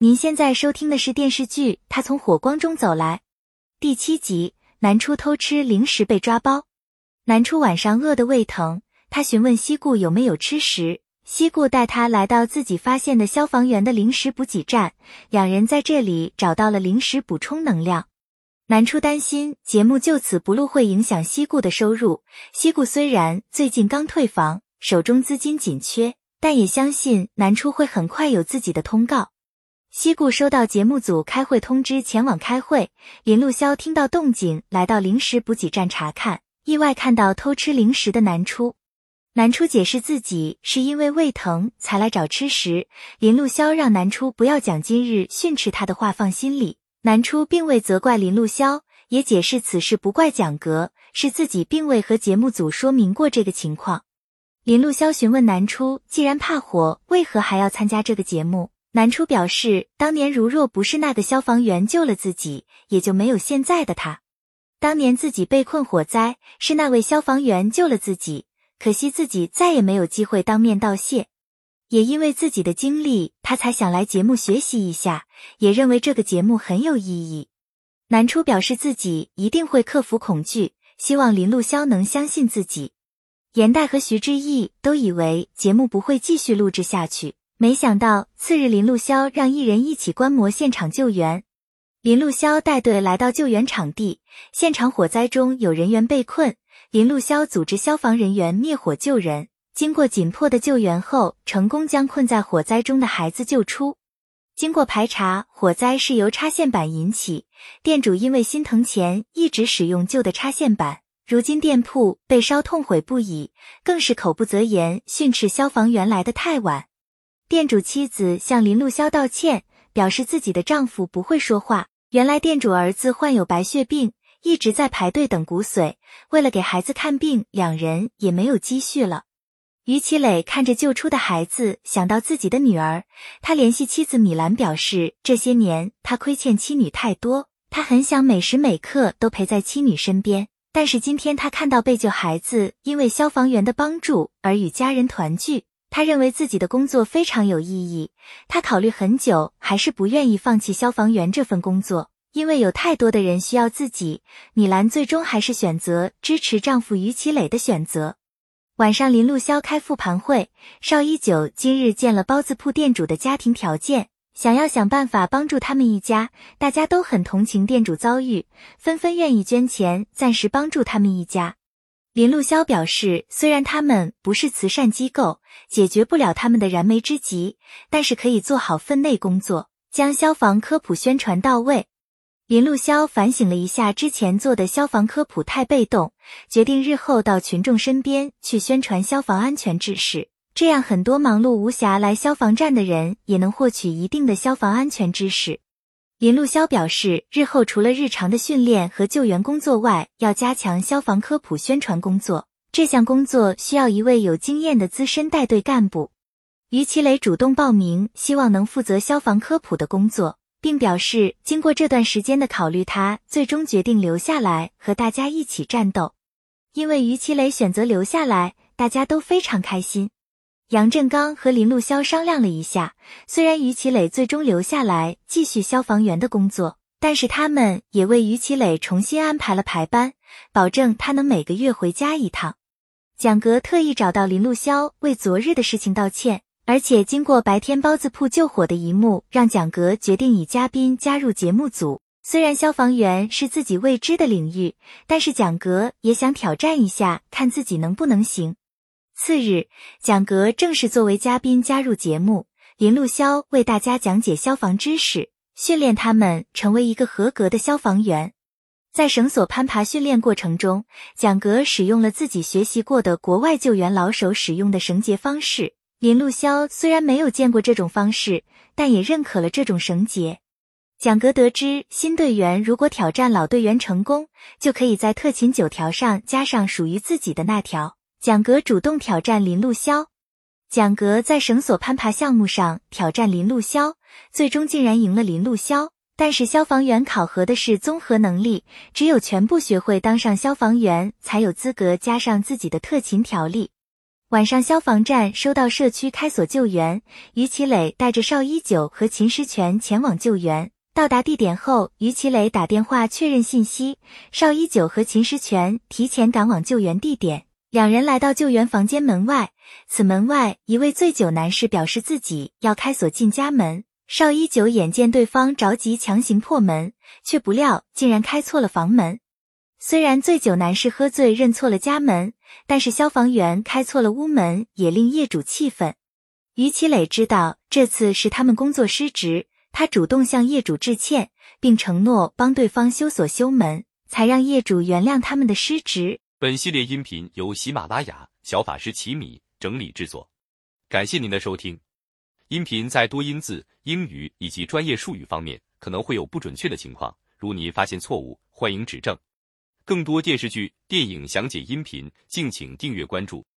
您现在收听的是电视剧《他从火光中走来》第7集，南初偷吃零食被抓包。南初晚上饿得胃疼，他询问西顾有没有吃食，西顾带他来到自己发现的消防员的零食补给站，两人在这里找到了零食补充能量。南初担心节目就此不录会影响西顾的收入，西顾虽然最近刚退房，手中资金紧缺，但也相信南初会很快有自己的通告。西顾收到节目组开会通知前往开会，林路潇听到动静来到零食补给站查看，意外看到偷吃零食的南初。南初解释自己是因为胃疼才来找吃食，林路潇让南初不要将今日训斥他的话放心里。南初并未责怪林路潇，也解释此事不怪蒋格，是自己并未和节目组说明过这个情况。林路潇询问南初，既然怕火，为何还要参加这个节目？南初表示，当年如若不是那个消防员救了自己，也就没有现在的他。当年自己被困火灾，是那位消防员救了自己，可惜自己再也没有机会当面道谢。也因为自己的经历，他才想来节目学习一下，也认为这个节目很有意义。南初表示自己一定会克服恐惧，希望林路潇能相信自己。严代和徐志毅都以为节目不会继续录制下去，没想到次日林路潇让艺人一起观摩现场救援。林路潇带队来到救援场地，现场火灾中有人员被困，林路潇组织消防人员灭火救人，经过紧迫的救援后，成功将困在火灾中的孩子救出。经过排查，火灾是由插线板引起，店主因为心疼钱一直使用旧的插线板，如今店铺被烧痛悔不已，更是口不择言训斥消防员来得太晚。店主妻子向林路潇道歉，表示自己的丈夫不会说话，原来店主儿子患有白血病，一直在排队等骨髓，为了给孩子看病，两人也没有积蓄了。于其磊看着救出的孩子，想到自己的女儿，他联系妻子米兰表示，这些年他亏欠妻女太多，他很想每时每刻都陪在妻女身边，但是今天他看到被救孩子因为消防员的帮助而与家人团聚，他认为自己的工作非常有意义，他考虑很久，还是不愿意放弃消防员这份工作，因为有太多的人需要自己。米兰最终还是选择支持丈夫于其磊的选择。晚上林路潇开复盘会，邵一九今日见了包子铺店主的家庭条件，想办法帮助他们一家，大家都很同情店主遭遇，纷纷愿意捐钱暂时帮助他们一家。林路潇表示，虽然他们不是慈善机构，解决不了他们的燃眉之急，但是可以做好分内工作，将消防科普宣传到位。林路潇反省了一下之前做的消防科普太被动，决定日后到群众身边去宣传消防安全知识，这样很多忙碌无暇来消防站的人也能获取一定的消防安全知识。林路潇表示，日后除了日常的训练和救援工作外，要加强消防科普宣传工作，这项工作需要一位有经验的资深带队干部。于其磊主动报名，希望能负责消防科普的工作，并表示经过这段时间的考虑，他最终决定留下来和大家一起战斗。因为于其磊选择留下来，大家都非常开心。杨振刚和林路潇商量了一下，虽然于其磊最终留下来继续消防员的工作，但是他们也为于其磊重新安排了排班，保证他能每个月回家一趟。蒋格特意找到林路潇为昨日的事情道歉，而且经过白天包子铺救火的一幕，让蒋格决定以嘉宾加入节目组。虽然消防员是自己未知的领域，但是蒋格也想挑战一下，看自己能不能行。次日，蒋格正式作为嘉宾加入节目，林路潇为大家讲解消防知识，训练他们成为一个合格的消防员。在绳索攀爬训练过程中，蒋格使用了自己学习过的国外救援老手使用的绳结方式。林路潇虽然没有见过这种方式，但也认可了这种绳结。蒋格得知新队员如果挑战老队员成功，就可以在特勤9条上加上属于自己的那条。蒋格主动挑战林路潇。蒋格在绳索攀爬项目上挑战林路潇，最终竟然赢了林路潇。但是消防员考核的是综合能力，只有全部学会当上消防员，才有资格加上自己的特勤条例。 晚上消防站收到社区开锁救援，于其磊带着邵一九和秦时全前往救援。到达地点后，于其磊打电话确认信息，邵一九和秦时全提前赶往救援地点。两人来到救援房间门外，此门外一位醉酒男士表示自己要开锁进家门。邵一九眼见对方着急强行破门，却不料竟然开错了房门。虽然醉酒男士喝醉认错了家门，但是消防员开错了屋门也令业主气愤。于其磊知道这次是他们工作失职，他主动向业主致歉，并承诺帮对方修锁修门，才让业主原谅他们的失职。 本系列音频由喜马拉雅小法师奇米整理制作，感谢您的收听。音频在多音字、英语以及专业术语方面可能会有不准确的情况，如你发现错误，欢迎指正。更多电视剧、电影详解音频，敬请订阅关注。